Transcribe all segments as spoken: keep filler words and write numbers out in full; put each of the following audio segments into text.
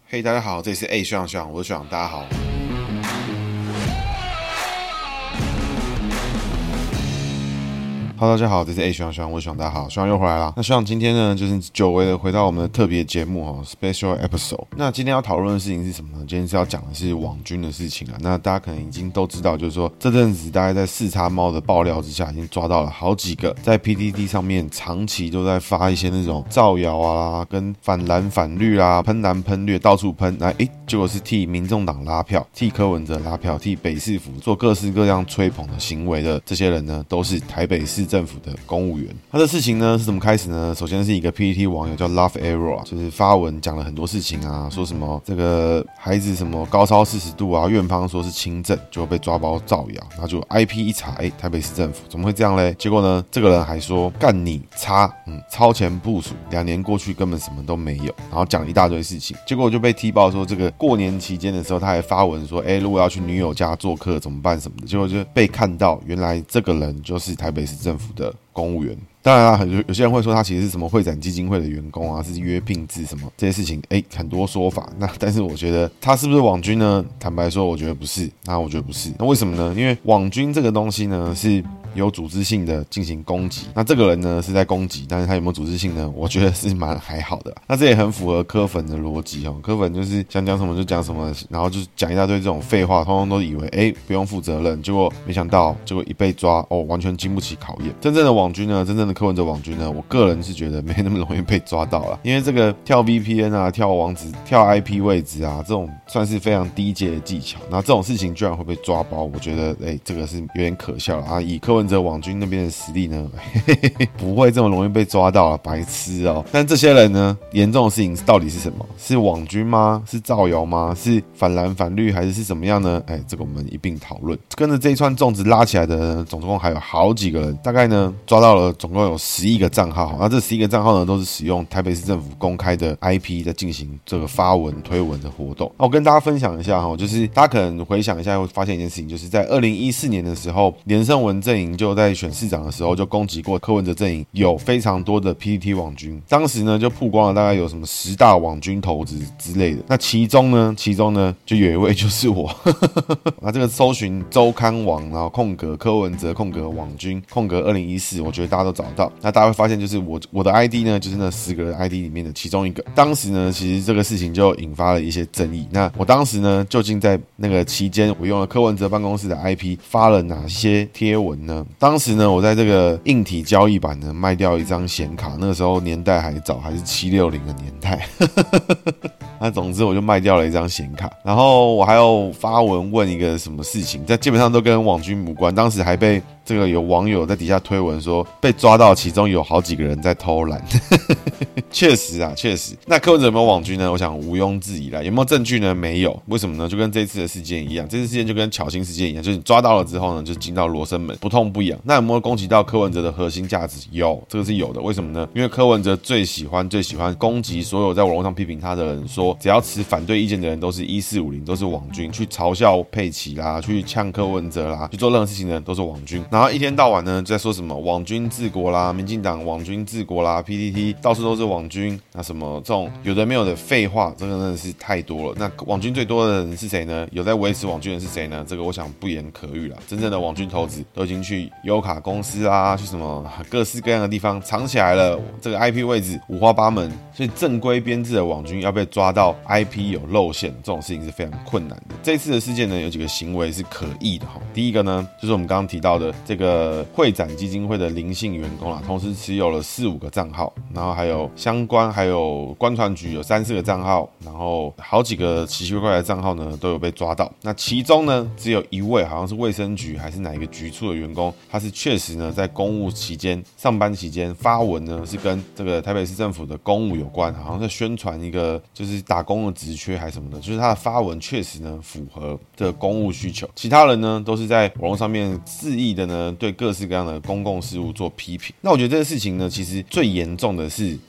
嘿、hey, 大家好，这里是 A 学长学长，我是学长，大家好。Hello， 大家好，这是 A 学长学长，我是学长，大家好，学长又回来啦。那学长今天呢，就是久违的回到我们的特别节目哦 ，Special Episode。那今天要讨论的事情是什么呢？今天是要讲的是网军的事情啊。那大家可能已经都知道，就是说这阵子大概在四叉猫的爆料之下，已经抓到了好几个在 P T T 上面长期都在发一些那种造谣啊，跟反蓝反绿啊，喷蓝喷绿，到处喷，来诶，结果是替民众党拉票，替柯文哲拉票，替北市府做各式各样吹捧的行为的这些人呢，都是台北市政府的公务员。他的事情呢是怎么开始呢？首先是一个 P T T 网友叫 Love Arrow， 就是发文讲了很多事情啊，说什么这个孩子什么高烧四十度啊，院方说是轻症，就被抓包造谣，然后就 I P 一查，哎，台北市政府怎么会这样嘞？结果呢，这个人还说干你差，嗯，超前部署，两年过去根本什么都没有，然后讲了一大堆事情，结果就被踢爆说这个过年期间的时候，他还发文说，哎，如果要去女友家做客怎么办什么的，结果就被看到原来这个人就是台北市政府的公务员。当然啦，有有些人会说他其实是什么会展基金会的员工啊，是约聘制什么这些事情，哎，很多说法。那但是我觉得他是不是网军呢？坦白说，我觉得不是。那我觉得不是。那为什么呢？因为网军这个东西呢是有组织性的进行攻击。那这个人呢是在攻击，但是他有没有组织性呢？我觉得是蛮还好的。那这也很符合柯粉的逻辑哦。柯粉就是想讲什么就讲什么，然后就是讲一大堆这种废话，通通都以为哎不用负责任，结果没想到结果一被抓哦，完全经不起考验。真正的网军呢，真正的柯文哲网军呢，我个人是觉得没那么容易被抓到啦，因为这个跳 V P N 啊、跳网址、跳 I P 位置啊，这种算是非常低阶的技巧。那这种事情居然会被抓包，我觉得哎，这个是有点可笑了啊！以柯文哲网军那边的实力呢，嘿嘿嘿不会这么容易被抓到了，白痴哦。但这些人呢，严重的事情到底是什么？是网军吗？是造谣吗？是反蓝反绿还是是怎么样呢？哎，这个我们一并讨论。跟着这一串粽子拉起来的呢，总共还有好几个人，大概呢抓到了总共有十一个账号。那这十一个账号呢，都是使用台北市政府公开的 I P 在进行这个发文推文的活动。那我跟大家分享一下哈，就是大家可能回想一下，会发现一件事情，就是在二零一四年的时候，连胜文阵营就在选市长的时候就攻击过柯文哲阵营，有非常多的 P T T 网军。当时呢就曝光了大概有什么十大网军头子之类的。那其中呢，其中呢就有一位就是我。那这个搜寻周刊网，然后空格柯文哲空格网军空格二零一四，我觉得大家都找到。那大家会发现，就是我我的 I D 呢，就是那十个 I D 里面的其中一个。当时呢，其实这个事情就引发了一些争议。那我当时呢，究竟在那个期间，我用了柯文哲办公室的 I P 发了哪些贴文呢？当时呢，我在这个硬体交易版呢卖掉一张显卡，那个时候年代还早，还是七六零的年代。那总之我就卖掉了一张显卡，然后我还有发文问一个什么事情，这基本上都跟网军无关。当时还被这个有网友在底下推文说，被抓到其中有好几个人在偷懒。确实啊，确实。那柯文哲有没有网军呢？我想毋庸置疑啦。有没有证据呢？没有。为什么呢？就跟这次的事件一样，这次事件就跟巧芯事件一样，就是你抓到了之后呢，就进到罗生门，不痛不痒。那有没有攻击到柯文哲的核心价值？有，这个是有的。为什么呢？因为柯文哲最喜欢最喜欢攻击所有在网络上批评他的人，说只要持反对意见的人都是一四五零，都是网军，去嘲笑佩奇啦，去呛柯文哲啦，去做任何事情呢都是网军。然后一天到晚呢就在说什么网军治国啦，民进党网军治国啦 ，P T T 到处都是网军，那什么这种有的没有的废话，这个真的是太多了。那网军最多的人是谁呢？有在维持网军的是谁呢？这个我想不言可喻啦。真正的网军头子都已经去优卡公司啊，去什么各式各样的地方藏起来了，这个 I P 位置五花八门，所以正规编制的网军要被抓到 I P 有露馅，这种事情是非常困难的。这次的事件呢，有几个行为是可疑的哈。第一个呢，就是我们刚刚提到的这个会展基金会的林姓员工啦，同时持有了四五个账号，然后还有相关还有关船局有三四个账号，然后好几个奇奇怪怪的账号呢都有被抓到。那其中呢，只有一位好像是卫生局还是哪一个局处的员工，他是确实呢在公务期间上班期间发文呢是跟这个台北市政府的公务有关，好像在宣传一个就是打工的职缺还是什么的，就是他的发文确实呢符合这个公务需求。其他人呢都是在网络上面恣意的呢对各式各样的公共事务做批评。那我觉得这个事情呢，其实最严重的是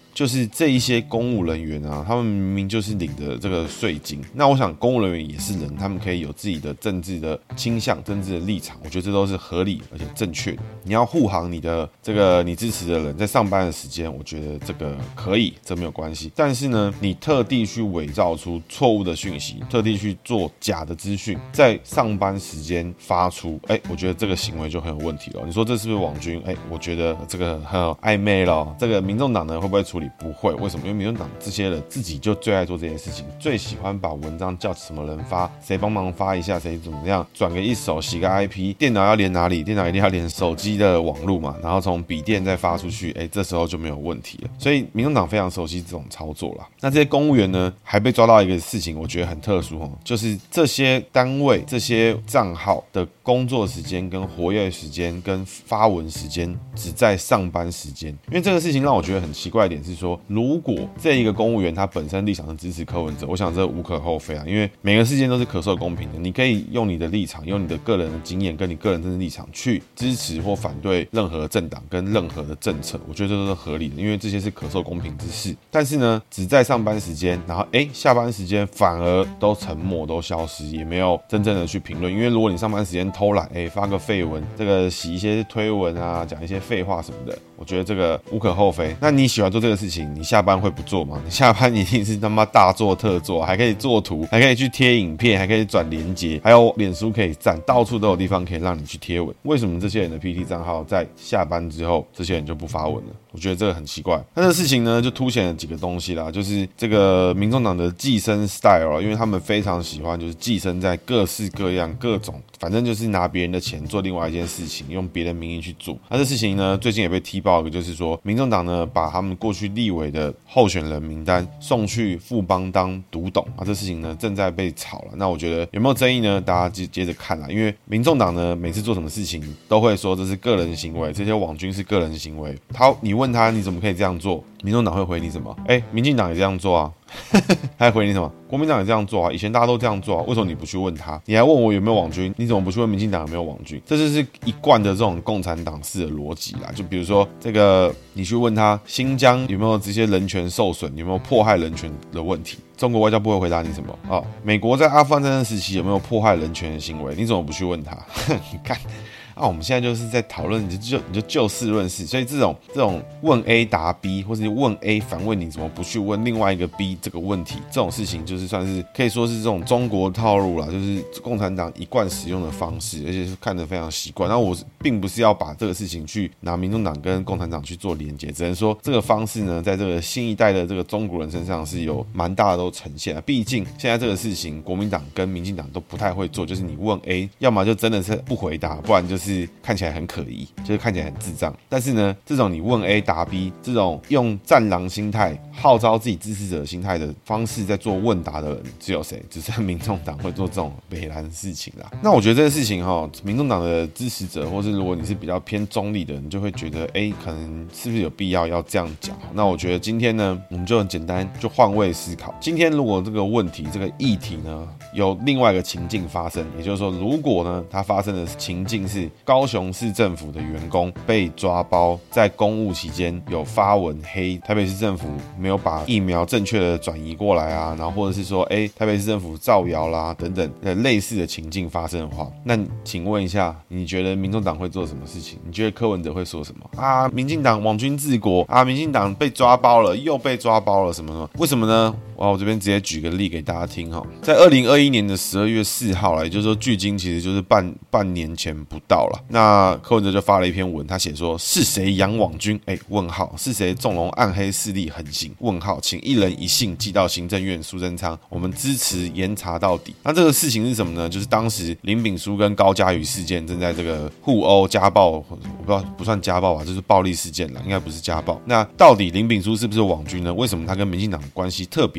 就是这一些公务人员啊，他们明明就是领的这个税金，那我想公务人员也是人，他们可以有自己的政治的倾向、政治的立场，我觉得这都是合理而且正确的。你要护航你的这个你支持的人，在上班的时间，我觉得这个可以，这没有关系。但是呢，你特地去伪造出错误的讯息，特地去做假的资讯，在上班时间发出，哎，我觉得这个行为就很有问题了。你说这是不是网军？哎，我觉得这个很有暧昧了。这个民众党呢会不会处理？不会，为什么？因为民众党这些人自己就最爱做这件事情，最喜欢把文章叫什么人发，谁帮忙发一下，谁怎么样，转个一手，洗个 I P， 电脑要连哪里？电脑一定要连手机的网路嘛，然后从笔电再发出去，哎，这时候就没有问题了。所以民众党非常熟悉这种操作啦。那这些公务员呢，还被抓到一个事情，我觉得很特殊哦，就是这些单位、这些账号的工作时间、跟活跃时间、跟发文时间，只在上班时间。因为这个事情让我觉得很奇怪的点是说，如果这一个公务员他本身立场是支持柯文哲，我想这无可厚非啊，因为每个事件都是可受公平的，你可以用你的立场、用你的个人的经验跟你个人政治立场去支持或反对任何政党跟任何的政策，我觉得这都是合理的，因为这些是可受公平之事。但是呢，只在上班时间，然后哎下班时间反而都沉默、都消失，也没有真正的去评论。因为如果你上班时间偷懒，哎发个废文，这个洗一些推文啊，讲一些废话什么的，我觉得这个无可厚非。那你喜欢做这个事情，你下班会不做吗？你下班一定是他妈大做特做，还可以做图，还可以去贴影片，还可以转连结，还有脸书可以赞，到处都有地方可以让你去贴文。为什么这些人的 P T 账号在下班之后，这些人就不发文了？我觉得这个很奇怪。那这个事情呢，就凸显了几个东西啦，就是这个民众党的寄生 style， 因为他们非常喜欢就是寄生在各式各样各种，反正就是拿别人的钱做另外一件事情，用别人名义去做。那这事情呢，最近也被踢爆一个，就是说民众党呢把他们过去立委的候选人名单送去富邦当独董啊，这事情呢正在被炒了。那我觉得有没有争议呢？大家接接着看啦，因为民众党呢每次做什么事情都会说这是个人行为，这些网军是个人行为。他你问他你怎么可以这样做？民众党会回你什么？哎，民进党也这样做啊。他还回你什么？国民党也这样做啊，以前大家都这样做啊，为什么你不去问他？你还问我有没有网军？你怎么不去问民进党有没有网军？这就是一贯的这种共产党式的逻辑啦。就比如说这个，你去问他新疆有没有这些人权受损，有没有迫害人权的问题？中国外交部会回答你什么？哦，美国在阿富汗战争时期有没有迫害人权的行为？你怎么不去问他？你看。啊，我们现在就是在讨论，你就你就就事论事，所以这种这种问 A 答 B， 或是问 A 反问你怎么不去问另外一个 B 这个问题，这种事情就是算是可以说是这种中国套路啦，就是共产党一贯使用的方式，而且是看得非常习惯。那我并不是要把这个事情去拿民众党跟共产党去做连结，只能说这个方式呢，在这个新一代的这个中国人身上是有蛮大的都呈现了。毕竟现在这个事情，国民党跟民进党都不太会做，就是你问 A， 要么就真的是不回答，不然就是。是看起来很可疑，就是看起来很智障。但是呢，这种你问 A 答 B， 这种用战狼心态号召自己支持者心态的方式在做问答的人，只有谁？只剩民众党会做这种北蓝的事情啦。那我觉得这个事情哈，民众党的支持者，或是如果你是比较偏中立的人，就会觉得，哎，可能是不是有必要要这样讲？那我觉得今天呢，我们就很简单，就换位思考。今天如果这个问题、这个议题呢，有另外一个情境发生，也就是说，如果呢，它发生的情境是高雄市政府的员工被抓包，在公务期间有发文黑台北市政府没有把疫苗正确的转移过来啊，然后或者是说，哎，台北市政府造谣啦等等类似的情境发生的话，那请问一下，你觉得民众党会做什么事情？你觉得柯文哲会说什么啊？民进党网军治国啊，民进党被抓包了，又被抓包了，什么什么？为什么呢？哇，我这边直接举个例给大家听哈，在二零二一年的十二月四号啦，也就是说距今其实就是半半年前不到了。那柯文哲就发了一篇文，他写说是谁养网军？哎，问号，是谁纵容暗黑势力横行？问号，请一人一信寄到行政院苏贞昌，我们支持严查到底。那这个事情是什么呢？就是当时林炳书跟高嘉瑜事件正在这个互殴家暴，我不知道不算家暴吧，就是暴力事件啦，应该不是家暴。那到底林炳书是不是网军呢？为什么他跟民进党关系特别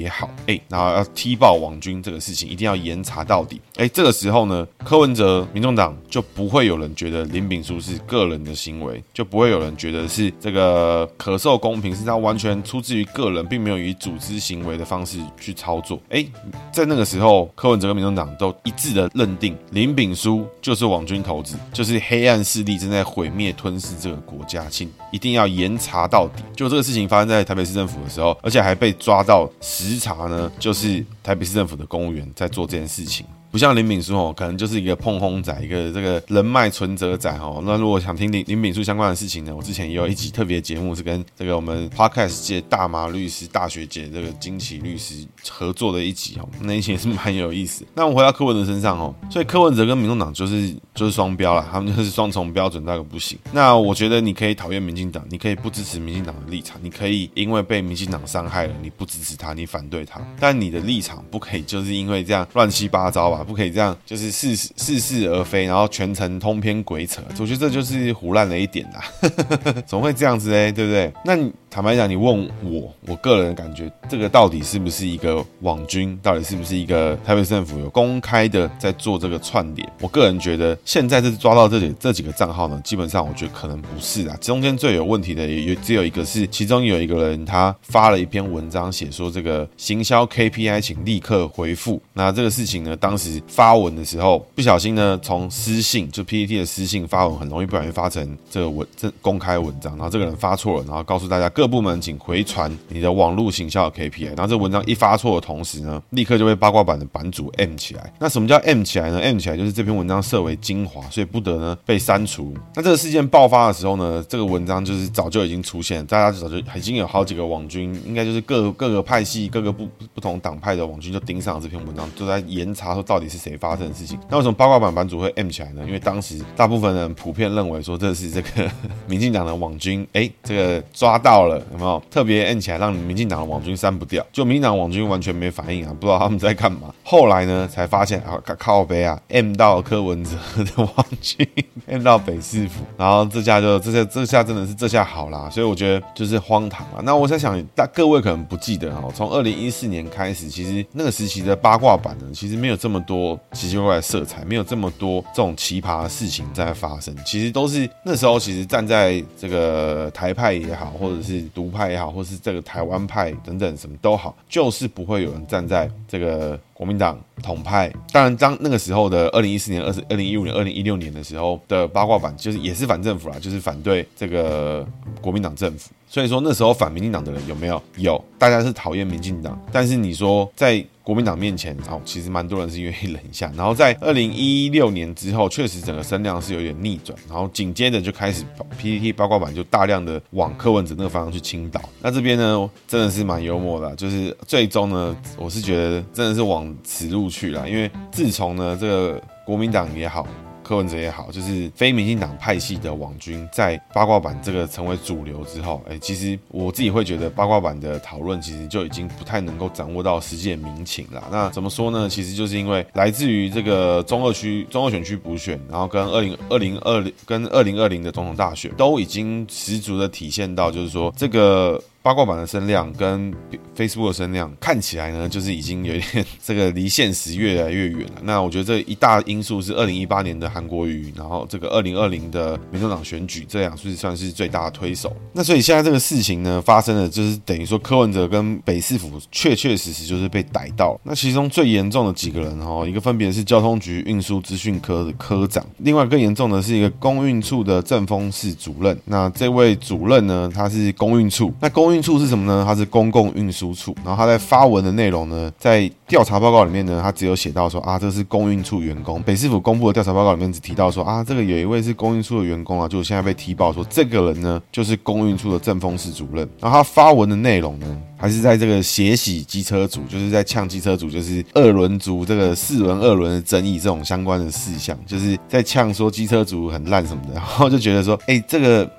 好，哎，然后要踢爆网军这个事情，一定要严查到底。哎，这个时候呢，柯文哲、民众党就不会有人觉得林秉樞是个人的行为，就不会有人觉得是这个可受公平，是他完全出自于个人，并没有以组织行为的方式去操作。哎，在那个时候，柯文哲跟民众党都一致的认定林秉樞就是网军头子，就是黑暗势力正在毁灭吞噬这个国家，请一定要严查到底。就这个事情发生在台北市政府的时候，而且还被抓到实查呢，就是台北市政府的公务员在做这件事情。不像林秉樞哦，可能就是一个碰轰仔，一个这个人脉存折仔哦。那如果想听林林秉樞相关的事情呢，我之前也有一集特别节目是跟这个我们 Podcast 界大马律师、大学姐这个金奇律师合作的一集哦，那一集也是蛮有意思。那我们回到柯文哲身上哦，所以柯文哲跟民众党就是就是双标啦，他们就是双重标准到一个不行。那我觉得你可以讨厌民进党，你可以不支持民进党的立场，你可以因为被民进党伤害了，你不支持他，你反对他，但你的立场不可以就是因为这样乱七八糟吧。不可以这样，就是似似是而非，然后全程通篇鬼扯，我觉得这就是胡乱了一点啦，怎么会这样子嘞？对不对？那你坦白讲，你问我，我个人的感觉，这个到底是不是一个网军？到底是不是一个台北市政府有公开的在做这个串联？我个人觉得，现在这抓到这几这几个账号呢，基本上我觉得可能不是啊。中间最有问题的也只有一个是，其中有一个人他发了一篇文章，写说这个行销 K P I 请立刻回复。那这个事情呢，当时发文的时候，不小心呢从私信就 P T T 的私信发文，很容易不小心发成这个文这公开文章，然后这个人发错了，然后告诉大家各部门请回传你的网络行销的 K P I， 然后这文章一发错的同时呢，立刻就被八卦版的版主 M 起来。那什么叫 M 起来呢？ M 起来就是这篇文章设为精华，所以不得呢被删除。那这个事件爆发的时候呢，这个文章就是早就已经出现，大家早就已经有好几个网军，应该就是各各个派系、各个不不同党派的网军就盯上了这篇文章，都在严查说到底是谁发生的事情。那为什么八卦版版主会 M 起来呢？因为当时大部分人普遍认为说这是这个民进党的网军，哎，这个抓到了，有没有特别 M 起来，让民进党的网军删不掉？就民进党网军完全没反应啊，不知道他们在干嘛。后来呢，才发现啊，靠北啊 ，M 到柯文哲的网军 ，M 到北市府，然后这下就这下这下真的是这下好啦，所以我觉得就是荒唐啊。那我在想，大各位可能不记得哦，从二零一四年开始，其实那个时期的八卦版呢，其实没有这么多奇奇怪怪的色彩，没有这么多这种奇葩的事情在发生，其实都是那时候其实站在这个台派也好，或者是独派也好，或是这个台湾派等等什么都好，就是不会有人站在这个国民党统派。当然当那个时候的二零一四年、二零一五年、二零一六年的时候的八卦版，就是也是反政府啦，就是反对这个国民党政府。所以说那时候反民进党的人有没有？有，大家是讨厌民进党，但是你说在国民党面前，哦，其实蛮多人是愿意忍一下。然后在二零一六年之后，确实整个声量是有点逆转，然后紧接着就开始 P T T 八卦版就大量的往柯文哲那个方向去倾倒。那这边呢，真的是蛮幽默的啊，就是最终呢，我是觉得真的是往此路去了，因为自从呢这个国民党也好，柯文哲也好，就是非民进党派系的网军在八卦版这个成为主流之后，哎，其实我自己会觉得八卦版的讨论其实就已经不太能够掌握到实际的民情啦。那怎么说呢？其实就是因为来自于这个中二区、中二选区补选，然后跟二零二零二零跟二零二零的总统大选，都已经十足的体现到，就是说这个八卦版的声量跟 Facebook 的声量看起来呢，就是已经有一点这个离现实越来越远了。那我觉得这一大因素是二零一八年的韩国瑜，然后这个二零二零的民众党选举，这两是算是最大的推手。那所以现在这个事情呢发生了，就是等于说柯文哲跟北市府确确实实就是被逮到。那其中最严重的几个人哦，一个分别是交通局运输资讯科的科长，另外更严重的是一个公运处的政风室主任。那这位主任呢，他是公运处，那公运处是什么呢？它是公共运输处。然后他在发文的内容呢，在调查报告里面呢，他只有写到说啊，这是公运处员工。北市府公布的调查报告里面只提到说啊，这个有一位是公运处的员工啊，就现在被踢爆说这个人呢就是公运处的政风室主任。然后他发文的内容呢，还是在这个血洗机车组，就是在呛机车组，就是二轮族这个四轮二轮的争议这种相关的事项，就是在呛说机车组很烂什么的。然后就觉得说，哎，这个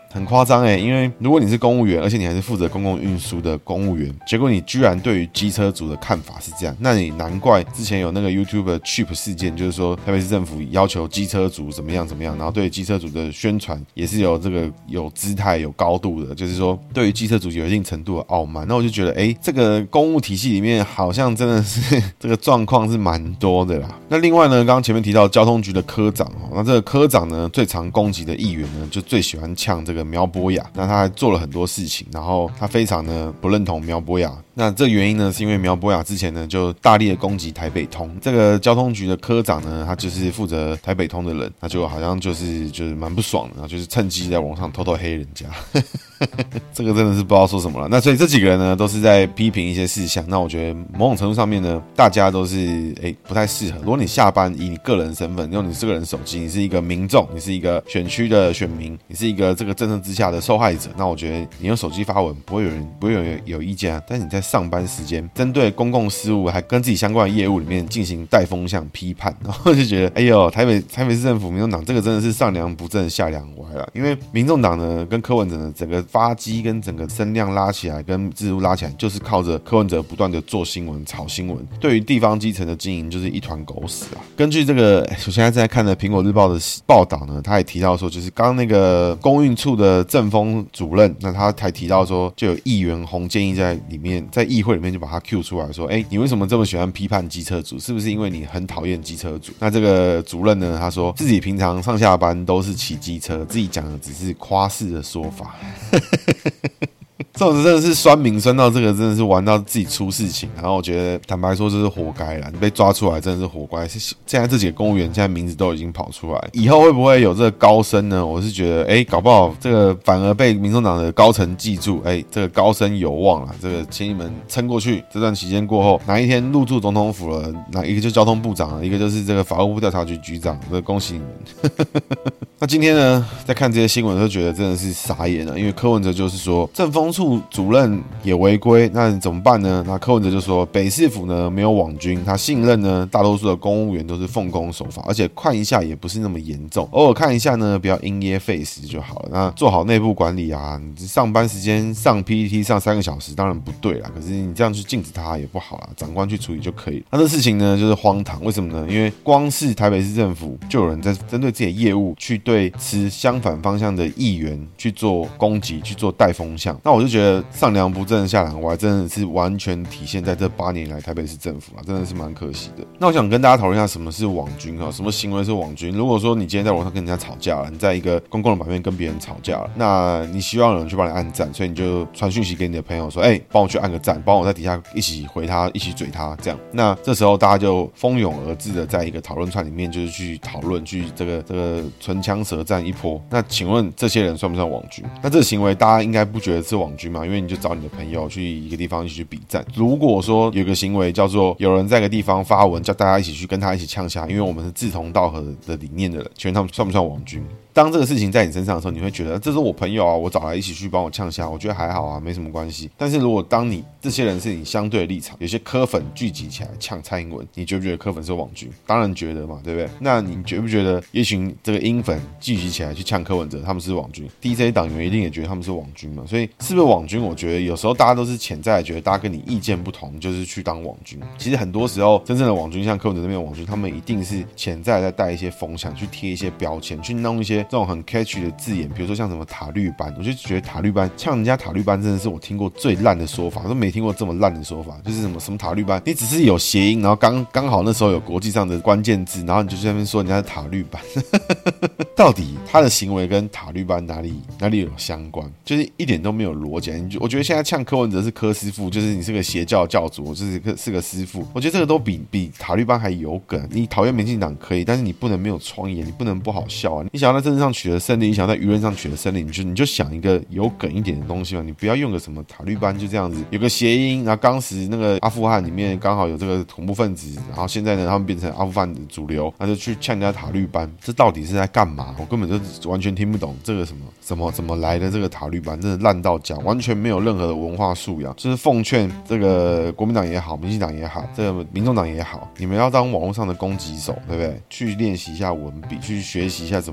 很夸张哎，因为如果你是公务员，而且你还是负责公共运输的公务员，结果你居然对于机车族的看法是这样，那你难怪之前有那个 YouTube 的 Cheap 事件，就是说台北市政府要求机车族怎么样怎么样，然后对于机车族的宣传也是有这个有姿态有高度的，就是说对于机车族有一定程度的傲慢。那我就觉得哎，这个公务体系里面好像真的是这个状况是蛮多的啦。那另外呢，刚刚前面提到交通局的科长哦，那这个科长呢最常攻击的议员呢，就最喜欢呛这个苗博雅。那他还做了很多事情，然后他非常呢不认同苗博雅。那这原因呢，是因为苗博雅之前呢就大力的攻击台北通，这个交通局的科长呢，他就是负责台北通的人，那就好像就是就是蛮不爽的，然后就是趁机在网上偷偷黑人家。这个真的是不知道说什么了。那所以这几个人呢，都是在批评一些事项。那我觉得某种程度上面呢，大家都是哎不太适合。如果你下班以你个人身份，用你这个人手机，你是一个民众，你是一个选区的选民，你是一个这个政策之下的受害者，那我觉得你用手机发文不会有人不会有人有意见啊。但是你在上班时间，针对公共事务还跟自己相关的业务里面进行带风向批判，然后就觉得哎呦，台北台北市政府民众党这个真的是上梁不正下梁歪了。因为民众党呢跟柯文哲呢整个发迹跟整个声量拉起来，跟制度拉起来，就是靠着柯文哲不断的做新闻、炒新闻，对于地方基层的经营就是一团狗屎啊。根据这个我现在正在看的苹果日报的报道呢，他也提到说，就是刚刚那个公运处的政风主任，那他还提到说，就有议员洪建议在里面，在议会里面就把他 Q 出来说，哎，你为什么这么喜欢批判机车族？是不是因为你很讨厌机车族？那这个主任呢，他说自己平常上下班都是骑机车，自己讲的只是夸饰的说法。这种真的是酸民酸到这个真的是玩到自己出事情，然后我觉得坦白说这是活该啦，你被抓出来真的是活该。现在这几个公务员现在名字都已经跑出来，以后会不会有这个高升呢？我是觉得哎，搞不好这个反而被民众党的高层记住，哎，这个高升有望啦，这个请你们撑过去。这段期间过后，哪一天入驻总统府了，哪一个就交通部长了，一个就是这个法务部调查局局长，这个恭喜你们。那今天呢，在看这些新闻就觉得真的是傻眼了，因为柯文哲就是说政风处主任也违规，那怎么办呢？那柯文哲就说北市府呢没有网军，他信任呢大多数的公务员都是奉公守法，而且看一下也不是那么严重，偶尔看一下呢不要因噎废食就好了。那做好内部管理啊，你上班时间上 P P T 上三个小时当然不对啦，可是你这样去禁止他也不好啦，长官去处理就可以了。那这事情呢就是荒唐，为什么呢？因为光是台北市政府就有人在针对自己的业务去对持相反方向的议员去做攻击，去做带风向。那我就觉得上梁不正下梁歪，真的是完全体现在这八年来台北市政府啊，真的是蛮可惜的。那我想跟大家讨论一下什么是网军啊，什么行为是网军。如果说你今天在网上跟人家吵架了，你在一个公共的版面跟别人吵架了，那你希望有人去帮你按赞，所以你就传讯息给你的朋友说，哎、欸，帮我去按个赞，帮我在底下一起回他，一起嘴他，这样。那这时候大家就蜂拥而至的在一个讨论串里面，就是去讨论，去这个这个唇枪舌战一波。那请问这些人算不算网军？那这个行为大家应该不觉得是网军嘛？因为你就找你的朋友去一个地方一起去比战。如果说有一个行为叫做有人在一个地方发文叫大家一起去跟他一起呛下，因为我们是志同道合的理念的人，请问他们算不算网军？当这个事情在你身上的时候，你会觉得这是我朋友啊，我找来一起去帮我呛下，我觉得还好啊，没什么关系。但是如果当你这些人是你相对的立场，有些柯粉聚集起来呛蔡英文，你觉不觉得柯粉是网军？当然觉得嘛，对不对？那你觉不觉得一群这个英粉聚集起来去呛柯文哲，他们是网军 ？D J 党员一定也觉得他们是网军嘛？所以是不是网军？我觉得有时候大家都是潜在的觉得大家跟你意见不同，就是去当网军。其实很多时候真正的网军，像柯文哲那边的网军，他们一定是潜在在带一些风向，去贴一些标签，去弄一些这种很 catchy 的字眼，比如说像什么塔绿班，我就觉得塔绿班呛人家塔绿班真的是我听过最烂的说法，都没听过这么烂的说法，就是什么什么塔绿班，你只是有谐音，然后刚刚好那时候有国际上的关键字，然后你就在那边说人家是塔绿班，到底他的行为跟塔绿班哪里哪里有相关？就是一点都没有逻辑。我觉得现在呛柯文哲是柯师傅，就是你是个邪教教主，就是个是个师傅，我觉得这个都比比塔绿班还有梗。你讨厌民进党可以，但是你不能没有创意，你不能不好笑啊！你想要在政治上取得胜利，你想要在舆论上取得胜利，你就你就想一个有梗一点的东西嘛，你不要用个什么塔绿班就这样子，有个谐音，然后当时那个阿富汗里面刚好有这个恐怖分子，然后现在呢他们变成阿富汗的主流，那就去呛人家塔绿班，这到底是在干嘛？我根本就完全听不懂这个什么什么怎么来的这个塔绿班，真的烂到家，完全没有任何的文化素养。就是奉劝这个国民党也好，民进党也好，这个民众党也好，你们要当网络上的攻击手，对不对？去练习一下文笔，去学习一下怎么样那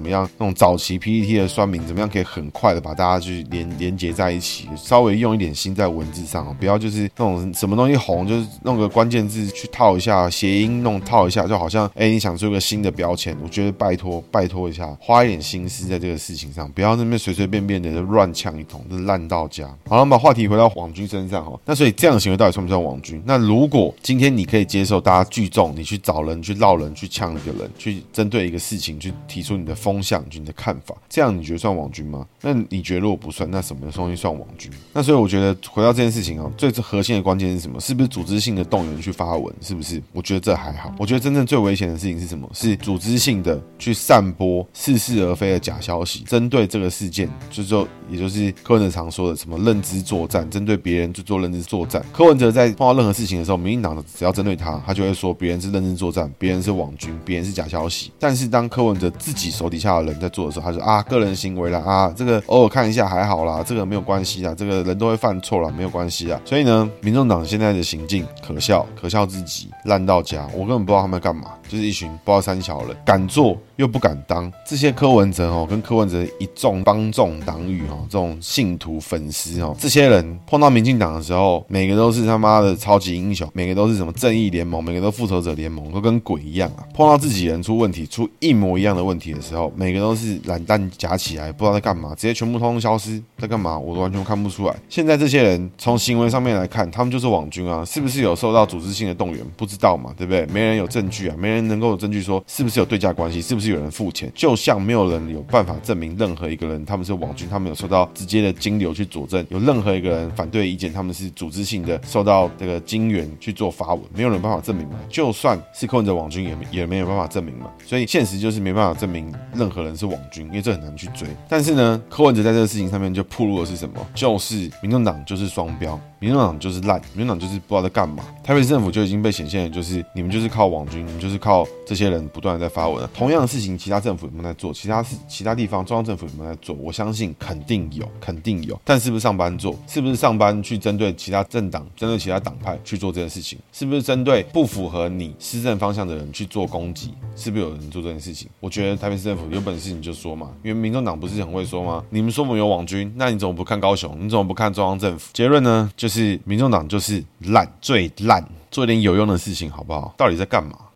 那种早期 P T T 的酸民怎么样可以很快的把大家去连连结在一起，稍微用一点心在文字上，不要就是那种什么东西红就是弄个关键字去套一下，谐音弄套一下，就好像哎、欸、你想出一个新的标签，我觉得拜托拜托一下，花一点心思在这个事情上，不要那边随随便便的就乱呛一通，就烂到家。好了，我们把话题回到网军身上哦。那所以这样的行为到底算不算网军？那如果今天你可以接受大家聚众，你去找人去绕人去呛一个人，去针对一个事情去提出你的风向、你的看法，这样你觉得算网军吗？那你觉得如果不算，那什么东西算网军？那所以我觉得回到这件事情哦，最核心的关键是什么？是不是组织性的动员去发文？是不是？我觉得这还好。我觉得真正最危险的事情是什么？是组织性的去散播似是而非的假消息，针对这个事件，就是说，也就是柯文哲常说的什么认知作战，针对别人去做认知作战。柯文哲在碰到任何事情的时候，民进党只要针对他，他就会说别人是认知作战，别人是网军，别人是假消息。但是当柯文哲自己手底下的人在做的时候，他说啊，个人行为啦，啊，这个偶尔看一下还好啦，这个没有关系啦，这个人都会犯错啦，没有关系啦。所以呢，民众党现在的行径可笑，可笑至极，烂到家，我根本不知道他们在干嘛，就是一群不知道三小人，敢做又不敢当。这些柯文哲哦，跟柯文哲一众帮众党羽哦，这种信徒粉丝哦，这些人碰到民进党的时候，每个都是他妈的超级英雄，每个都是什么正义联盟，每个都复仇者联盟，都跟鬼一样啊。碰到自己人出问题，出一模一样的问题的时候，每个都是懒蛋夹起来，不知道在干嘛，直接全部通通消失，在干嘛？我完全看不出来。现在这些人从行为上面来看，他们就是网军啊，是不是有受到组织性的动员？不知道嘛，对不对？没人有证据啊，没人能够有证据说是不是有对价关系，是不是有人付钱？就像没有人有办法证明任何一个人他们是网军，他们有受到直接的金流去佐证，有任何一个人反对意见，他们是组织性的受到这个金源去做发文，没有人办法证明嘛。就算是柯文哲网军也也没有办法证明嘛。所以现实就是没办法证明任何人是网军，因为这很难去追。但是呢，柯文哲在这个事情上面就暴露的是什么？就是民众党就是双标，民众党就是烂，民众党就是不知道在干嘛。台北市政府就已经被显现的就是你们就是靠网军，你们就是靠这些人不断的在发文。同样的事情，其他政府有没有在做？其他其他地方中央政府有没有在做？我相信肯定有，肯定有。但是不是上班做？是不是上班去针对其他政党、针对其他党派去做这件事情？是不是针对不符合你施政方向的人去做攻击？是不是有人做这件事情？我觉得台北市政府有本事你就说嘛，因为民众党不是很会说吗？你们说我们有网军，那你怎么不看高雄？你怎么不看中央政府？结论呢，就是民众党就是烂，最烂，做一点有用的事情好不好？到底在干嘛？